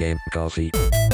Game Coffee.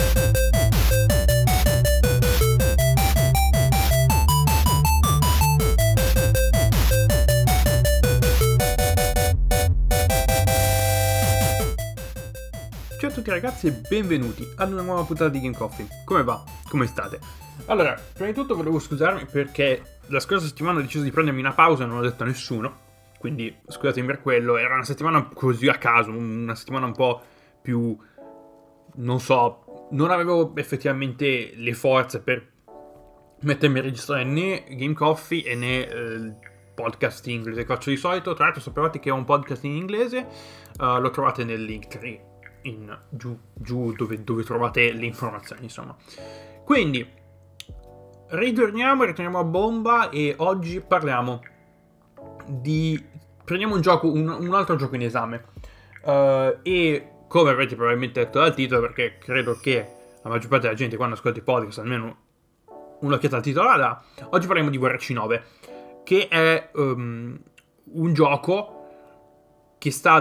Ciao a tutti ragazzi e benvenuti ad una nuova puntata di Game Coffee. Come va? Come state? Allora, prima di tutto volevo scusarmi perché la scorsa settimana ho deciso di prendermi una pausa e non l'ho detto a nessuno. Quindi scusatemi per quello, era una settimana così a caso, una settimana un po' più... non so, non avevo effettivamente le forze per mettermi a registrare né Game Coffee né il podcast in inglese che faccio di solito. Tra l'altro sapevate che ho un podcast in inglese, lo trovate nel Linktree giù dove trovate le informazioni, insomma. Quindi ritorniamo a bomba e oggi prendiamo un gioco, un altro gioco in esame, e come avrete probabilmente letto dal titolo, perché credo che la maggior parte della gente quando ascolta i podcast almeno un'occhiata al titolo la dà, oggi parliamo di WRC 9, che è un gioco che sta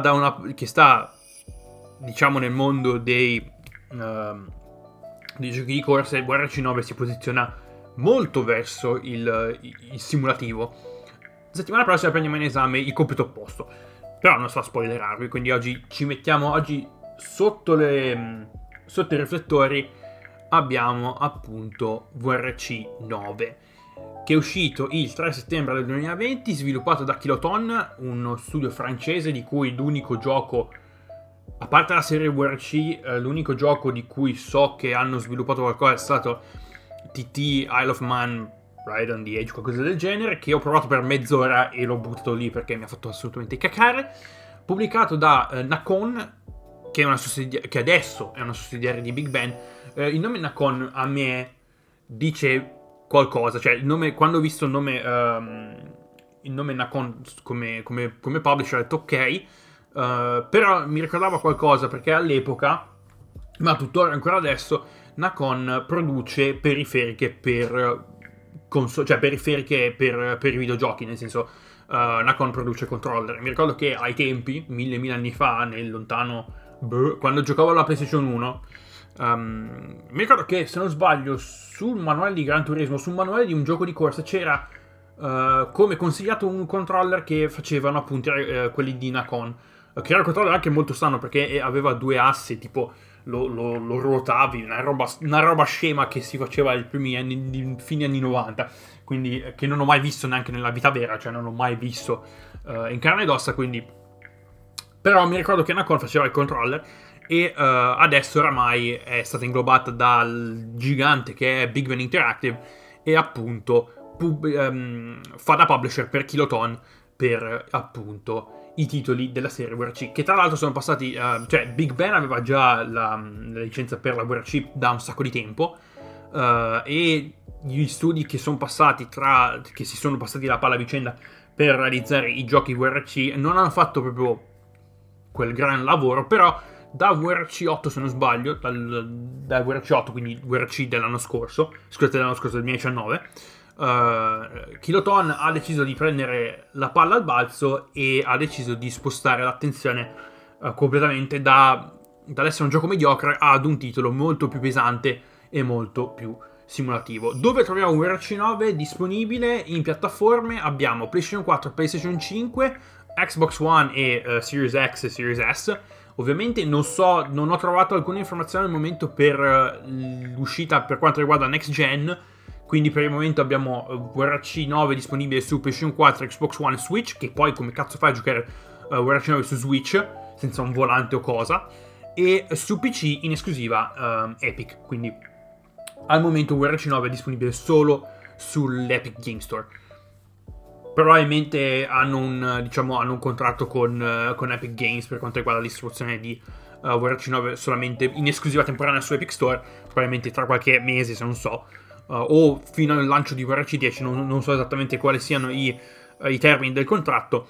diciamo nel mondo dei giochi di corsa. WRC 9 si posiziona molto verso il simulativo. Settimana prossima prendiamo in esame il compito opposto, però non sto a spoilerarvi, quindi oggi ci mettiamo sotto i riflettori abbiamo appunto WRC 9, che è uscito il 3 settembre del 2020, sviluppato da Kiloton, uno studio francese di cui l'unico gioco, a parte la serie WRC, l'unico gioco di cui so che hanno sviluppato qualcosa è stato TT Isle of Man Ride on the Edge, qualcosa del genere, che ho provato per mezz'ora e l'ho buttato lì perché mi ha fatto assolutamente cacare. Pubblicato da Nacon, che adesso è una sussidiaria di Big Ben. Il nome Nacon a me dice qualcosa, cioè il nome, quando ho visto il nome Nacon come publisher ho detto ok. Però mi ricordava qualcosa perché all'epoca, ma tuttora ancora adesso, Nacon produce periferiche per periferiche per i videogiochi, nel senso Nacon produce controller. Mi ricordo che ai tempi, mille anni fa, nel lontano quando giocavo alla PlayStation 1, mi ricordo che, se non sbaglio, sul manuale di Gran Turismo, sul manuale di un gioco di corsa c'era come consigliato un controller che facevano appunto quelli di Nacon, che era un controller anche molto strano perché aveva due assi, tipo lo ruotavi, una roba scema che si faceva ai primi anni, fine anni 90, quindi che non ho mai visto neanche nella vita vera, cioè non ho mai visto in carne ed ossa, quindi. Però mi ricordo che Nacon faceva il controller e adesso oramai è stata inglobata dal gigante che è Big Ben Interactive e appunto fa da publisher per Kiloton per appunto i titoli della serie WRC, che tra l'altro sono passati, cioè Big Ben aveva già la licenza per la WRC da un sacco di tempo, e gli studi che si sono passati la palla a vicenda per realizzare i giochi WRC non hanno fatto proprio quel gran lavoro, però da WRC 8, se non sbaglio, da WRC 8, quindi WRC dell'anno scorso del 2019, Kiloton ha deciso di prendere la palla al balzo e ha deciso di spostare l'attenzione completamente dall'essere un gioco mediocre ad un titolo molto più pesante e molto più simulativo. Dove troviamo WRC 9 disponibile in piattaforme? Abbiamo PlayStation 4, PlayStation 5, Xbox One e Series X e Series S. Ovviamente non ho trovato alcuna informazione al momento per l'uscita per quanto riguarda Next Gen, quindi per il momento abbiamo WRC 9 disponibile su PlayStation 4, Xbox One e Switch, che poi come cazzo fai a giocare WRC 9 su Switch senza un volante o cosa, e su PC in esclusiva Epic, quindi al momento WRC 9 è disponibile solo sull'Epic Game Store. Probabilmente hanno un contratto con Epic Games per quanto riguarda la distribuzione di WRC 9 solamente in esclusiva temporanea su Epic Store, probabilmente tra qualche mese, se non so, o fino al lancio di WRC 10, non so esattamente quali siano i termini del contratto.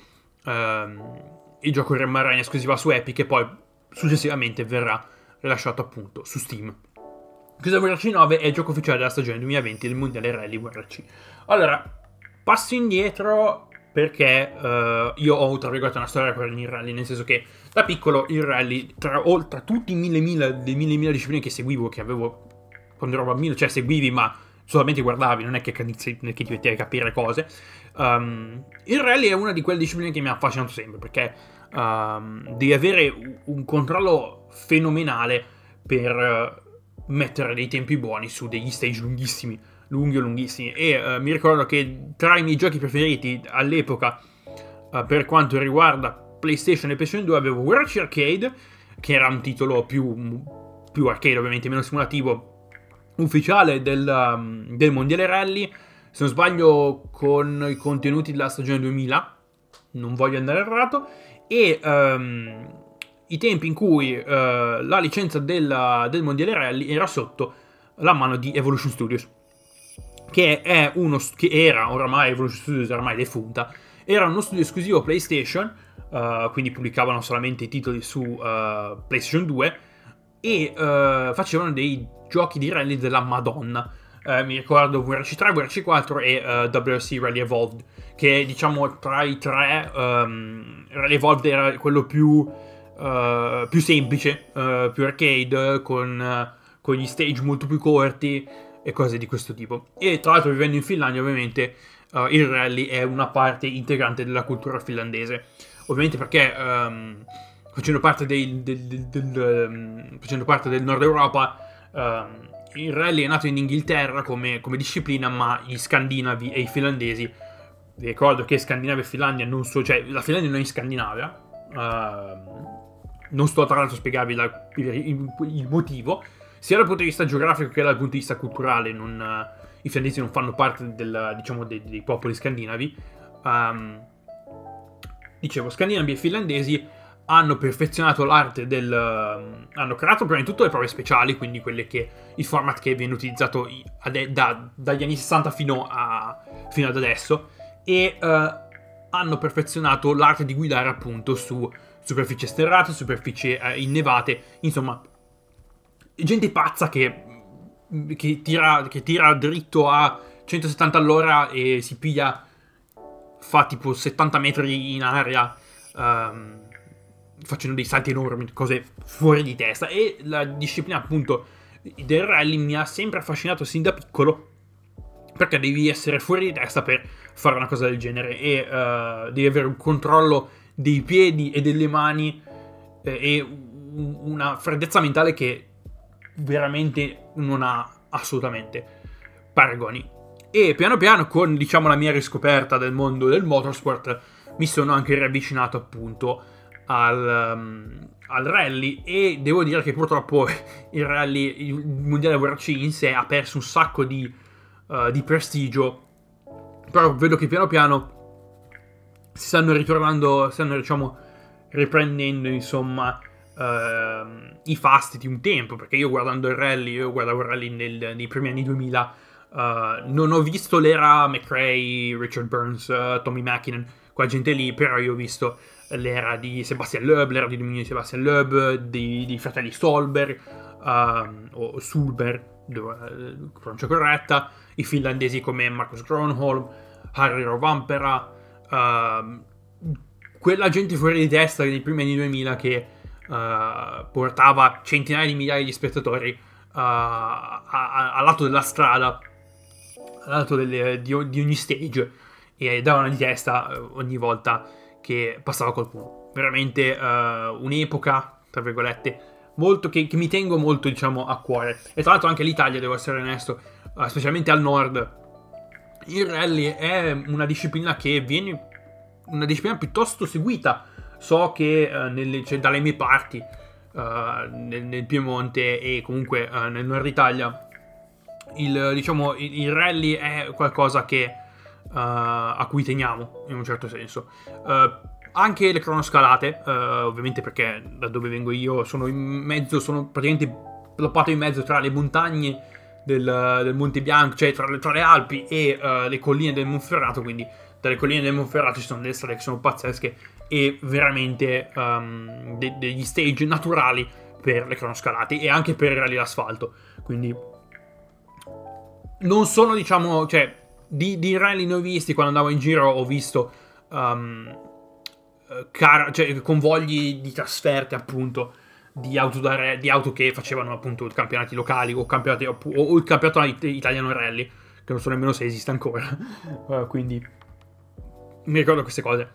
Il gioco rimarrà in esclusiva su Epic e poi successivamente verrà rilasciato appunto su Steam. Cos'è WRC 9? È il gioco ufficiale della stagione 2020 del Mondiale Rally WRC. Allora, passo indietro perché io ho, tra virgolette, una storia con il rally, nel senso che da piccolo il rally, tra tutti i mille discipline che seguivo, che avevo quando ero bambino, cioè seguivi ma solamente guardavi, non è che ti metti a capire cose, il rally è una di quelle discipline che mi ha affascinato sempre, perché devi avere un controllo fenomenale per mettere dei tempi buoni su degli stage lunghissimi, e mi ricordo che tra i miei giochi preferiti all'epoca, per quanto riguarda PlayStation e PlayStation 2, avevo World Arcade, che era un titolo più arcade, ovviamente meno simulativo, ufficiale del mondiale rally, se non sbaglio con i contenuti della stagione 2000, non voglio andare errato, e i tempi in cui la licenza del mondiale rally era sotto la mano di Evolution Studios, che era oramai, Evolution Studios era ormai defunta, era uno studio esclusivo PlayStation, quindi pubblicavano solamente i titoli su PlayStation 2 e facevano dei giochi di rally della Madonna. Mi ricordo VRC3, VRC4 e WRC Rally Evolved, che diciamo tra i tre Rally Evolved era quello più semplice, più arcade, con gli stage molto più corti e cose di questo tipo. E tra l'altro, vivendo in Finlandia, ovviamente il rally è una parte integrante della cultura finlandese, ovviamente perché facendo parte del Nord Europa, il rally è nato in Inghilterra come disciplina, ma gli scandinavi e i finlandesi, vi ricordo che Scandinavia e Finlandia non so, cioè la Finlandia non è in Scandinavia, non sto tra l'altro a spiegarvi il motivo, sia dal punto di vista geografico che dal punto di vista culturale. I finlandesi non fanno parte dei popoli scandinavi. Dicevo, scandinavi e finlandesi hanno perfezionato l'arte hanno creato prima di tutto le prove speciali, quindi il format che viene utilizzato dagli anni 60 fino ad adesso, e hanno perfezionato l'arte di guidare appunto su superfici sterrate, superfici innevate, insomma gente pazza che tira dritto a 170 all'ora e fa tipo 70 metri in aria, facendo dei salti enormi, cose fuori di testa. E la disciplina appunto del rally mi ha sempre affascinato sin da piccolo, perché devi essere fuori di testa per fare una cosa del genere, e devi avere un controllo dei piedi e delle mani e una freddezza mentale che veramente non ha assolutamente paragoni. E piano piano, con diciamo la mia riscoperta del mondo del motorsport, mi sono anche riavvicinato appunto al rally, e devo dire che purtroppo il mondiale WRC in sé ha perso un sacco di prestigio, però vedo che piano piano stanno riprendendo insomma i fasti di un tempo, perché io guardavo il rally nei primi anni 2000, non ho visto l'era McRae, Richard Burns, Tommy Mäkinen, quella gente lì, però io ho visto l'era di Sebastian Loeb, l'era di dominio di Sebastian Loeb, di fratelli Solberg o Sulberg, pronuncia corretta, i finlandesi come Marcus Gronholm, Harry Rovanperä, quella gente fuori di testa dei primi anni 2000 che portava centinaia di migliaia di spettatori al lato della strada, al lato di ogni stage, e davano di testa ogni volta che passava qualcuno. Veramente un'epoca, tra virgolette, molto che mi tengo molto diciamo a cuore. E tra l'altro anche l'Italia, devo essere onesto, specialmente al nord, il rally è una disciplina piuttosto seguita. So che dalle mie parti, nel Piemonte e comunque nel nord Italia, il rally è qualcosa a cui teniamo in un certo senso. Anche le cronoscalate, ovviamente, perché da dove vengo io sono praticamente bloccato in mezzo tra le montagne del Monte Bianco, cioè tra le Alpi e le colline del Monferrato, quindi dalle colline del Monferrato ci sono delle strade che sono pazzesche e veramente degli stage naturali per le cronoscalate e anche per i rally d'asfalto. Quindi non sono, diciamo, cioè di rally ne ho visti. Quando andavo in giro ho visto cioè convogli di trasferte appunto di auto che facevano appunto campionati locali o il campionato italiano rally, che non so nemmeno se esiste ancora. Quindi mi ricordo queste cose.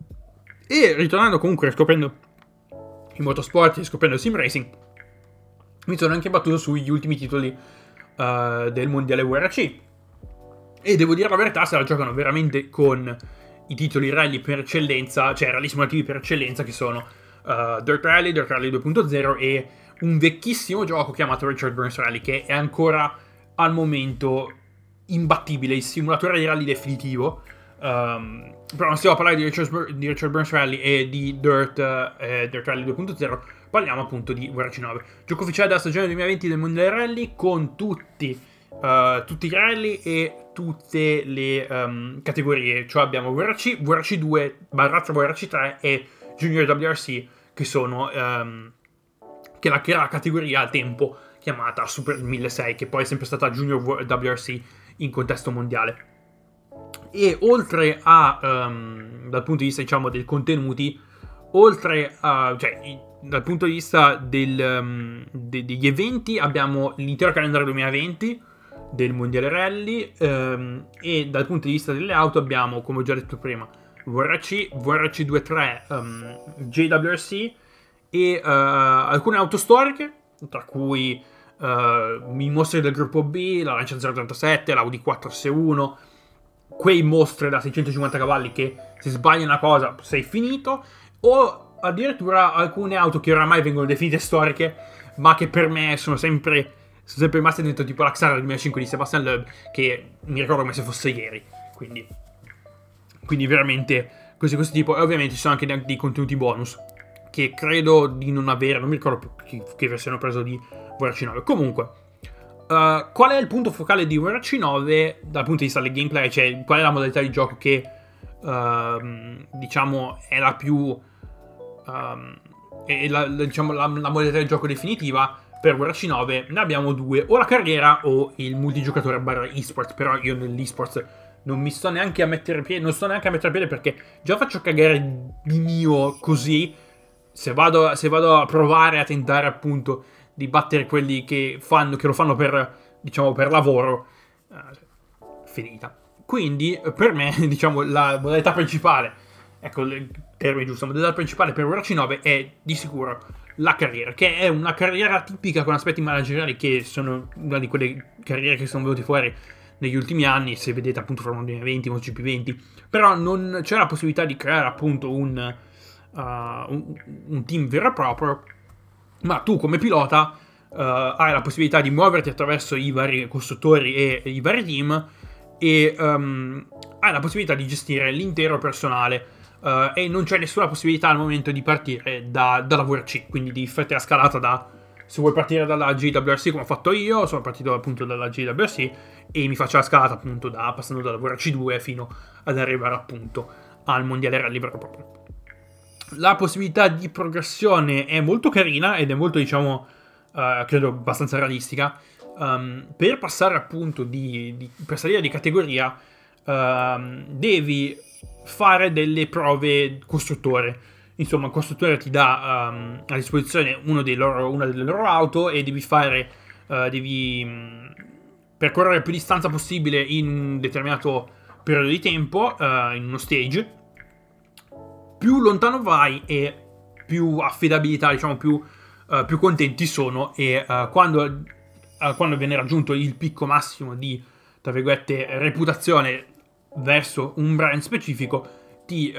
E ritornando comunque, scoprendo i motorsport e scoprendo il sim racing, mi sono anche battuto sugli ultimi titoli del mondiale WRC, e devo dire la verità, se la giocano veramente con i titoli rally per eccellenza, cioè rally simulativi per eccellenza, che sono Dirt Rally 2.0 e un vecchissimo gioco chiamato Richard Burns Rally, che è ancora al momento imbattibile, il simulatore di rally definitivo. Però non stiamo a parlare di Richard Burns Rally e di Dirt Rally 2.0, parliamo appunto di WRC 9, gioco ufficiale della stagione 2020 del Mondiale Rally, con tutti i rally e tutte le categorie, cioè abbiamo WRC, WRC 2, WRC 3 e Junior WRC, che sono che era la categoria al tempo chiamata Super 1600, che poi è sempre stata Junior WRC in contesto mondiale. E oltre a dal punto di vista, diciamo, dei contenuti, oltre a, cioè, dal punto di vista degli eventi, abbiamo l'intero calendario 2020 del mondiale rally, e dal punto di vista delle auto abbiamo, come ho già detto prima, WRC 2.3, JWRC e alcune auto storiche, tra cui i mostri del gruppo B, la Lancia 037, l'Audi 4S1, quei mostri da 650 cavalli che se sbagli una cosa sei finito, o addirittura alcune auto che oramai vengono definite storiche, ma che per me sono sempre rimaste dentro, tipo la Xara del 2005 di Sebastian Loeb, che mi ricordo come se fosse ieri. Quindi veramente questo tipo. E ovviamente ci sono anche dei contenuti bonus che credo di non avere, non mi ricordo più che versione ho preso di WRC 9. Comunque, qual è il punto focale di WRC 9 dal punto di vista del gameplay? Cioè, qual è la modalità di gioco che diciamo è la più diciamo la modalità di gioco definitiva per WRC 9? Ne abbiamo due: o la carriera o il multigiocatore / esports. Però io nell'esports non mi sto neanche a mettere piede, perché già faccio cagare di mio così. Se vado a provare a tentare appunto di battere quelli che lo fanno per, diciamo, per lavoro, finita. Quindi per me, diciamo, la modalità principale, ecco il termine giusto, la modalità principale per WRC 9 è di sicuro la carriera, che è una carriera tipica con aspetti manageriali che sono una di quelle carriere che sono venute fuori negli ultimi anni. Se vedete appunto Formula 2020, MotoGP20, però non c'è la possibilità di creare appunto un team vero e proprio, ma tu come pilota hai la possibilità di muoverti attraverso i vari costruttori e i vari team, e hai la possibilità di gestire l'intero personale, e non c'è nessuna possibilità al momento di partire dalla WRC, quindi di farti la scalata se vuoi partire dalla JWRC come ho fatto io. Sono partito appunto dalla JWRC e mi faccio la scalata appunto passando dalla WRC 2 fino ad arrivare appunto al mondiale rally vero e proprio. La possibilità di progressione è molto carina ed è molto, diciamo, credo abbastanza realistica. Per passare appunto per salire di categoria devi fare delle prove costruttore. Insomma, il costruttore ti dà a disposizione una delle loro auto e devi percorrere più distanza possibile in un determinato periodo di tempo, in uno stage. Più lontano vai e più affidabilità, diciamo, più contenti sono, e quando viene raggiunto il picco massimo di, tra virgolette, reputazione verso un brand specifico, ti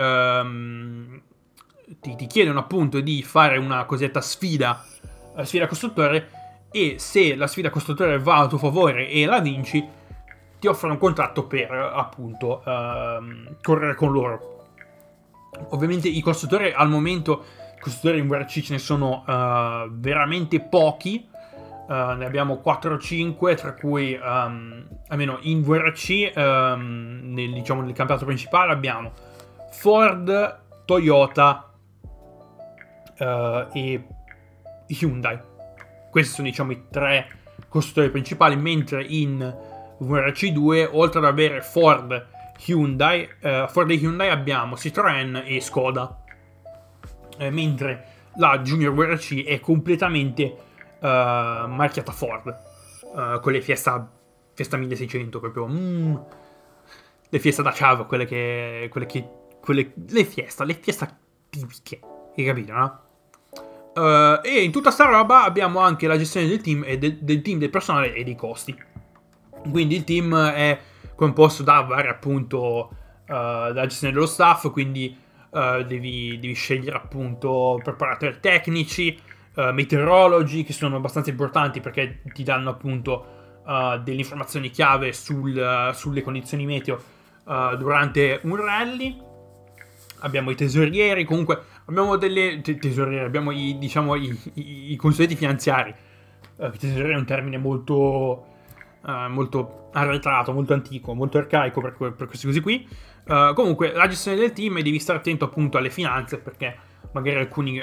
chiedono appunto di fare una cosiddetta sfida costruttore, e se la sfida costruttore va a tuo favore e la vinci, ti offrono un contratto per appunto correre con loro. Ovviamente i costruttori al momento, costruttori in WRC ce ne sono veramente pochi, ne abbiamo 4 o 5, tra cui almeno in WRC nel campionato principale abbiamo Ford, Toyota e Hyundai. Questi sono, diciamo, i 3 costruttori principali, mentre in WRC 2, oltre ad avere Ford Hyundai. Fuori dai Hyundai abbiamo Citroën e Skoda, mentre la Junior WRC è completamente marchiata Ford, con le Fiesta 1600, proprio le Fiesta da Chavo, le Fiesta tipiche, hai capito, no? E in tutta sta roba abbiamo anche la gestione del team e del team, del personale e dei costi. Quindi il team è composto da vari, appunto, dalla gestione dello staff, quindi devi scegliere, appunto, preparatori tecnici, meteorologi, che sono abbastanza importanti perché ti danno, appunto, delle informazioni chiave sulle condizioni meteo durante un rally. Abbiamo i tesorieri, comunque abbiamo delle tesorieri, abbiamo i consulenti finanziari. Tesoriere è un termine molto arretrato, molto antico, molto arcaico per queste cose qui. Comunque la gestione del team, e devi stare attento, appunto, alle finanze, perché magari alcuni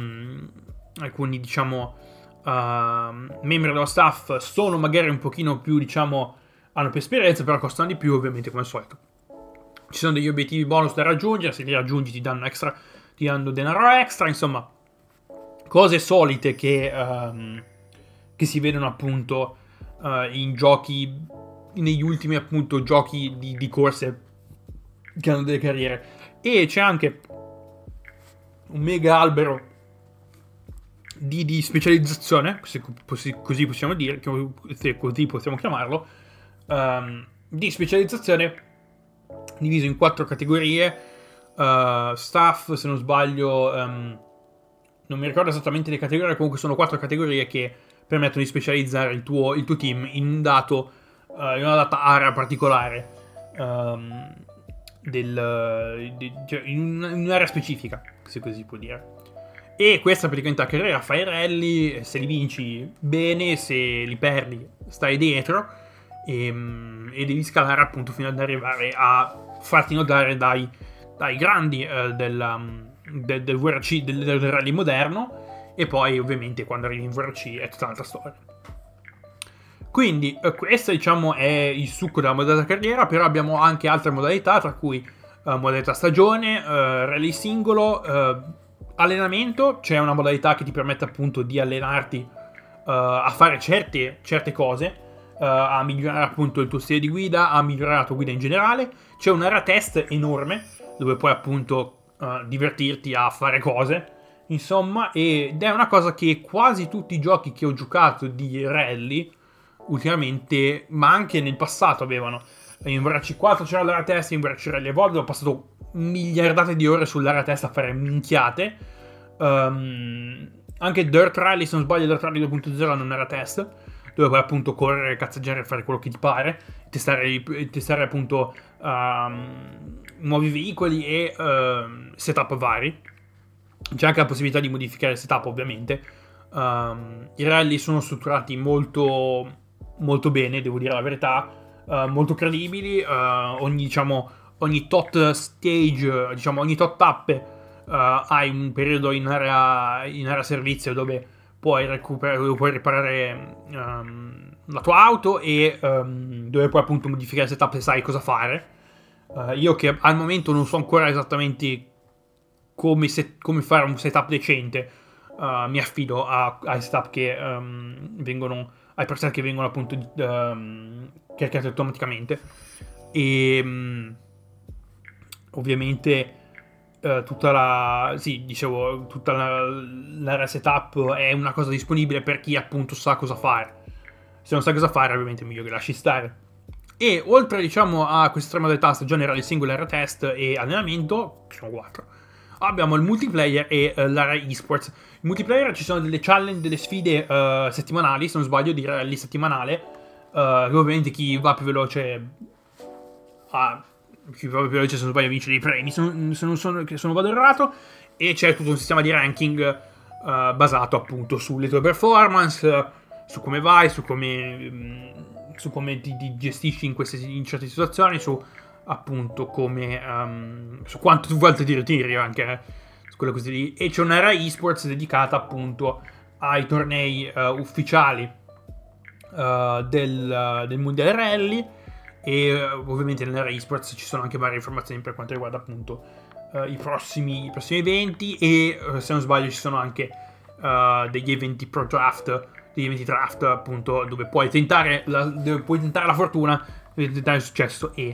diciamo membri dello staff sono magari un pochino più, diciamo, hanno più esperienza, però costano di più, ovviamente, come al solito. Ci sono degli obiettivi bonus da raggiungere, se li raggiungi ti danno denaro extra, insomma, cose solite che si vedono, appunto, in giochi, negli ultimi, appunto, giochi di corse che hanno delle carriere. E c'è anche un mega albero di specializzazione, così possiamo dire, così possiamo chiamarlo, di specializzazione diviso in 4 categorie. Staff, se non sbaglio, non mi ricordo esattamente le categorie, comunque sono 4 categorie che permettono di specializzare il tuo team in una data area particolare, cioè in un'area specifica, se così si può dire. E questa praticamente la carriera: fai rally, se li vinci bene, se li perdi stai dietro, e devi scalare, appunto, fino ad arrivare a farti notare dai grandi del VRC, del rally moderno. E poi, ovviamente, quando arrivi in VRC è tutta un'altra storia. Quindi questo, diciamo, è il succo della modalità carriera. Però abbiamo anche altre modalità, tra cui modalità stagione, rally singolo, allenamento. C'è una modalità che ti permette, appunto, di allenarti a fare certe cose, a migliorare, appunto, il tuo stile di guida, a migliorare la tua guida in generale. C'è un'area test enorme dove puoi, appunto, divertirti a fare cose, insomma. Ed è una cosa che quasi tutti i giochi che ho giocato di rally ultimamente, ma anche nel passato, avevano. In VRC 4 c'era l'area test, in VRC Rally Evolved ho passato miliardate di ore sull'area test a fare minchiate. Anche Dirt Rally, se non sbaglio, Dirt Rally 2.0 hanno un'area test dove puoi, appunto, correre, cazzeggiare e fare quello che ti pare, testare appunto nuovi veicoli e setup vari. C'è anche la possibilità di modificare il setup, ovviamente. I rally sono strutturati molto, molto bene, devo dire la verità, molto credibili. Ogni tot stage, diciamo, ogni tot tappe hai un periodo in area servizio dove puoi riparare la tua auto, e dove puoi, appunto, modificare il setup se sai cosa fare. Io, che al momento non so ancora esattamente come fare un setup decente, mi affido ai setup che vengono, ai preset che vengono, appunto, caricati automaticamente. E ovviamente tutta l'area setup è una cosa disponibile per chi, appunto, sa cosa fare. Se non sa cosa fare, ovviamente è meglio che lasci stare. E oltre, diciamo, a queste 3 modalità, stagione, rally single, area test e allenamento, che sono 4, abbiamo il multiplayer e l'area esports. Il multiplayer, ci sono delle challenge, delle sfide settimanali, se non sbaglio, di rally settimanale, dove ovviamente chi va più veloce se non sbaglio vince dei premi, se non vado errato. E c'è tutto un sistema di ranking basato, appunto, sulle tue performance, su come vai, su come ti gestisci in certe situazioni, su, appunto, come su quanto volte ti ritiri, anche su quelle cose lì. E c'è un'area esports dedicata, appunto, ai tornei ufficiali del mondiale rally, e ovviamente nell'era esports ci sono anche varie informazioni per quanto riguarda appunto i prossimi eventi, e se non sbaglio ci sono anche degli eventi pro draft, degli eventi draft appunto dove puoi tentare la fortuna, devi tentare il successo e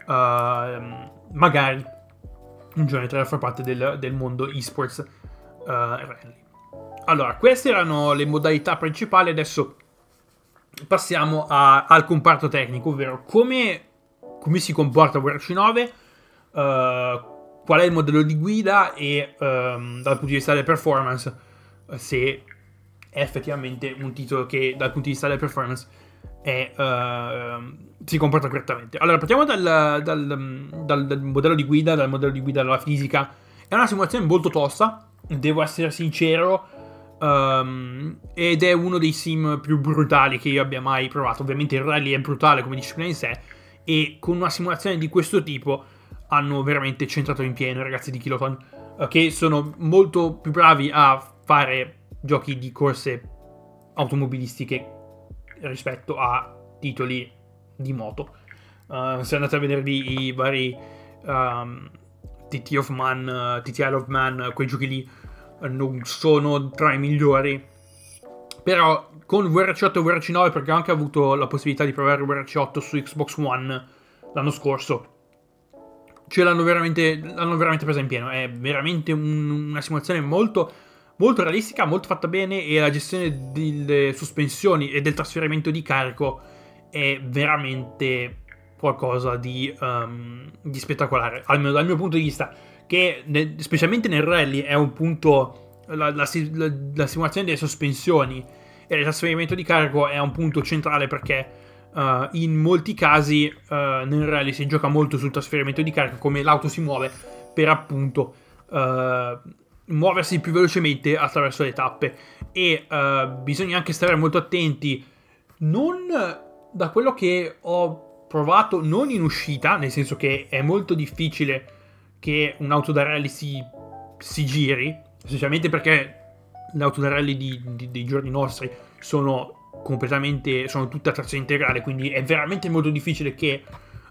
magari un giorno entrare a far parte del mondo esports rally. Allora, queste erano le modalità principali. Adesso passiamo al comparto tecnico, ovvero come si comporta WRC 9, qual è il modello di guida e dal punto di vista delle performance, se è effettivamente un titolo che dal punto di vista delle performance si comporta correttamente. Allora, partiamo dal modello di guida, della fisica. È una simulazione molto tosta, devo essere sincero, ed è uno dei sim più brutali che io abbia mai provato. Ovviamente il rally è brutale come disciplina in sé, e con una simulazione di questo tipo hanno veramente centrato in pieno i ragazzi di Kiloton, che sono molto più bravi a fare giochi di corse automobilistiche rispetto a titoli di moto. Se andate a vedervi i vari TT of Man, TTL of Man, quei giochi lì non sono tra i migliori, però con WRC 8 e WRC 9, perché ho anche avuto la possibilità di provare WRC 8 su Xbox One l'anno scorso, ce l'hanno veramente presa in pieno. È veramente una simulazione molto molto realistica, molto fatta bene, e la gestione delle sospensioni e del trasferimento di carico è veramente qualcosa di spettacolare, almeno dal mio punto di vista, che specialmente nel rally è un punto, la simulazione delle sospensioni e il trasferimento di carico è un punto centrale, perché in molti casi nel rally si gioca molto sul trasferimento di carico, come l'auto si muove per appunto muoversi più velocemente attraverso le tappe, e bisogna anche stare molto attenti, non, da quello che ho provato, non in uscita, nel senso che è molto difficile che un'auto da rally si giri, specialmente perché le auto da rally dei giorni nostri sono tutte a trazione integrale, quindi è veramente molto difficile che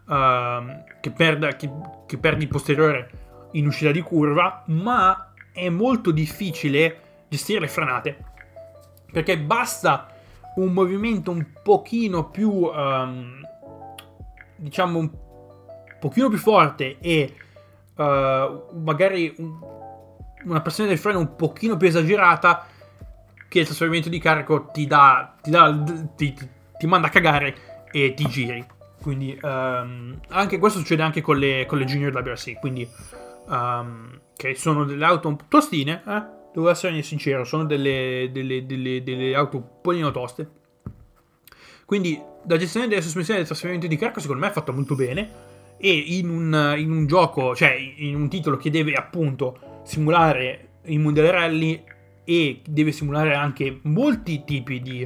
perdi il posteriore in uscita di curva, ma è molto difficile gestire le frenate, perché basta un movimento un pochino più diciamo un pochino più forte e magari una pressione del freno un pochino più esagerata, che il trasferimento di carico ti manda a cagare e ti giri. Quindi anche questo succede anche con le Junior WRC, quindi che sono delle auto un po' tostine, devo essere sincero, sono delle auto un po' toste. Quindi la gestione delle sospensioni e del trasferimento di carico secondo me è fatta molto bene, e in un gioco, cioè in un titolo che deve appunto simulare il mondiale rally e deve simulare anche molti tipi di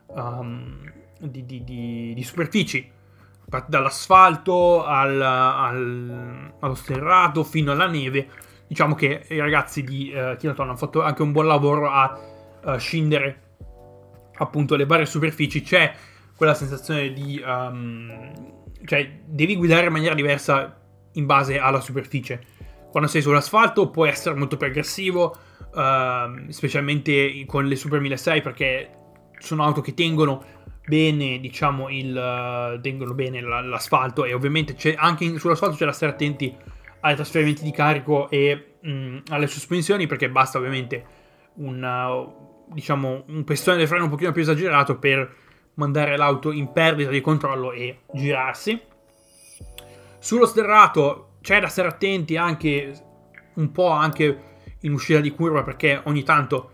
superfici, dall'asfalto allo sterrato fino alla neve. Diciamo che i ragazzi di Kiloton hanno fatto anche un buon lavoro a scindere appunto le varie superfici. C'è quella sensazione di cioè devi guidare in maniera diversa in base alla superficie. Quando sei sull'asfalto puoi essere molto più aggressivo, specialmente con le Super 1006, perché sono auto che tengono bene, diciamo, tengono bene l'asfalto, e ovviamente anche sull'asfalto c'è da stare attenti ai trasferimenti di carico e alle sospensioni, perché basta ovviamente un pestone del freno un pochino più esagerato per mandare l'auto in perdita di controllo e girarsi. Sullo sterrato c'è da stare attenti anche un po' anche in uscita di curva, perché ogni tanto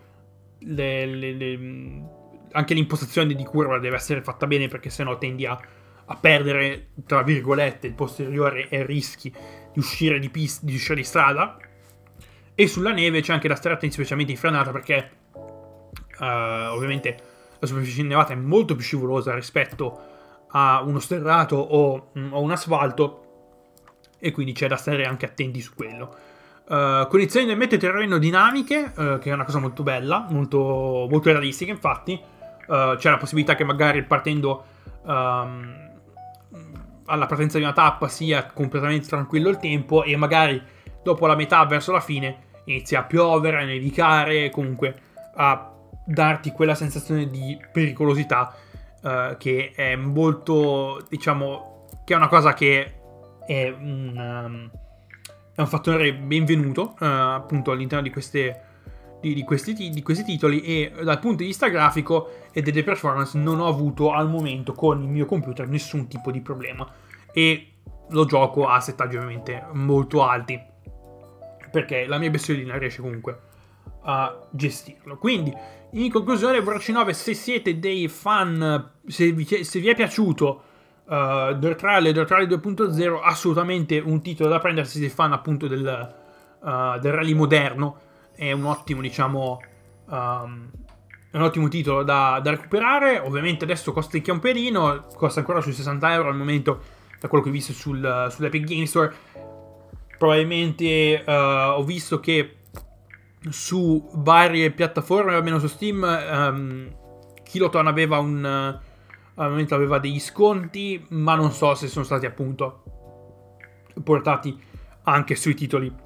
anche l'impostazione di curva deve essere fatta bene, perché sennò tendi a perdere, tra virgolette, il posteriore e rischi di uscire di strada. E sulla neve c'è anche da stare attenti, specialmente in frenata, perché ovviamente la superficie innevata è molto più scivolosa rispetto a uno sterrato o un asfalto, e quindi c'è da stare anche attenti su quello. Condizioni del meteo e terreno dinamiche, che è una cosa molto bella, molto, molto realistica. Infatti c'è la possibilità che magari partendo alla partenza di una tappa sia completamente tranquillo il tempo e magari dopo la metà verso la fine inizia a piovere, a nevicare, comunque a darti quella sensazione di pericolosità che è molto, diciamo, che è una cosa che è un fattore benvenuto appunto all'interno di questi titoli, e dal punto di vista grafico e delle performance non ho avuto al momento con il mio computer nessun tipo di problema, e lo gioco a settaggi ovviamente molto alti perché la mia bestiolina riesce comunque a gestirlo. Quindi in conclusione, Overwatch 9, se siete dei fan, se vi è piaciuto Dirt Rally 2.0, assolutamente un titolo da prendere se siete fan appunto del rally moderno. È un ottimo, diciamo, un ottimo titolo da recuperare. Ovviamente adesso costicchia un pelino, costa ancora sui €60 al momento, da quello che ho visto sull'Epic Game Store. Probabilmente ho visto che su varie piattaforme, almeno su Steam, Kiloton aveva al momento aveva degli sconti, ma non so se sono stati appunto portati anche sui titoli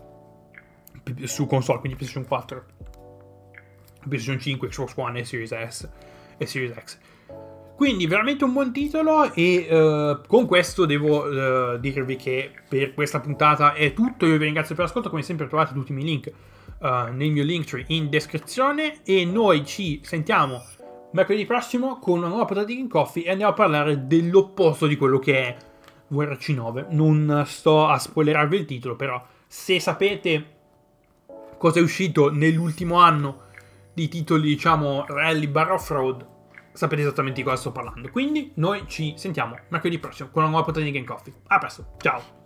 su console, quindi PlayStation 4, PlayStation 5, Xbox One e Series S e Series X. Quindi veramente un buon titolo, e con questo devo dirvi che per questa puntata è tutto. Io vi ringrazio per l'ascolto, come sempre trovate tutti i miei link nel mio Linktree in descrizione, e noi ci sentiamo mercoledì prossimo con una nuova puntata di Game Coffee e andiamo a parlare dell'opposto di quello che è VRC 9. Non sto a spoilerarvi il titolo, però se sapete cosa è uscito nell'ultimo anno di titoli, diciamo, rally / off-road, sapete esattamente di cosa sto parlando. Quindi noi ci sentiamo mercoledì prossimo con una nuova puntata di Game Coffee. A presto, ciao!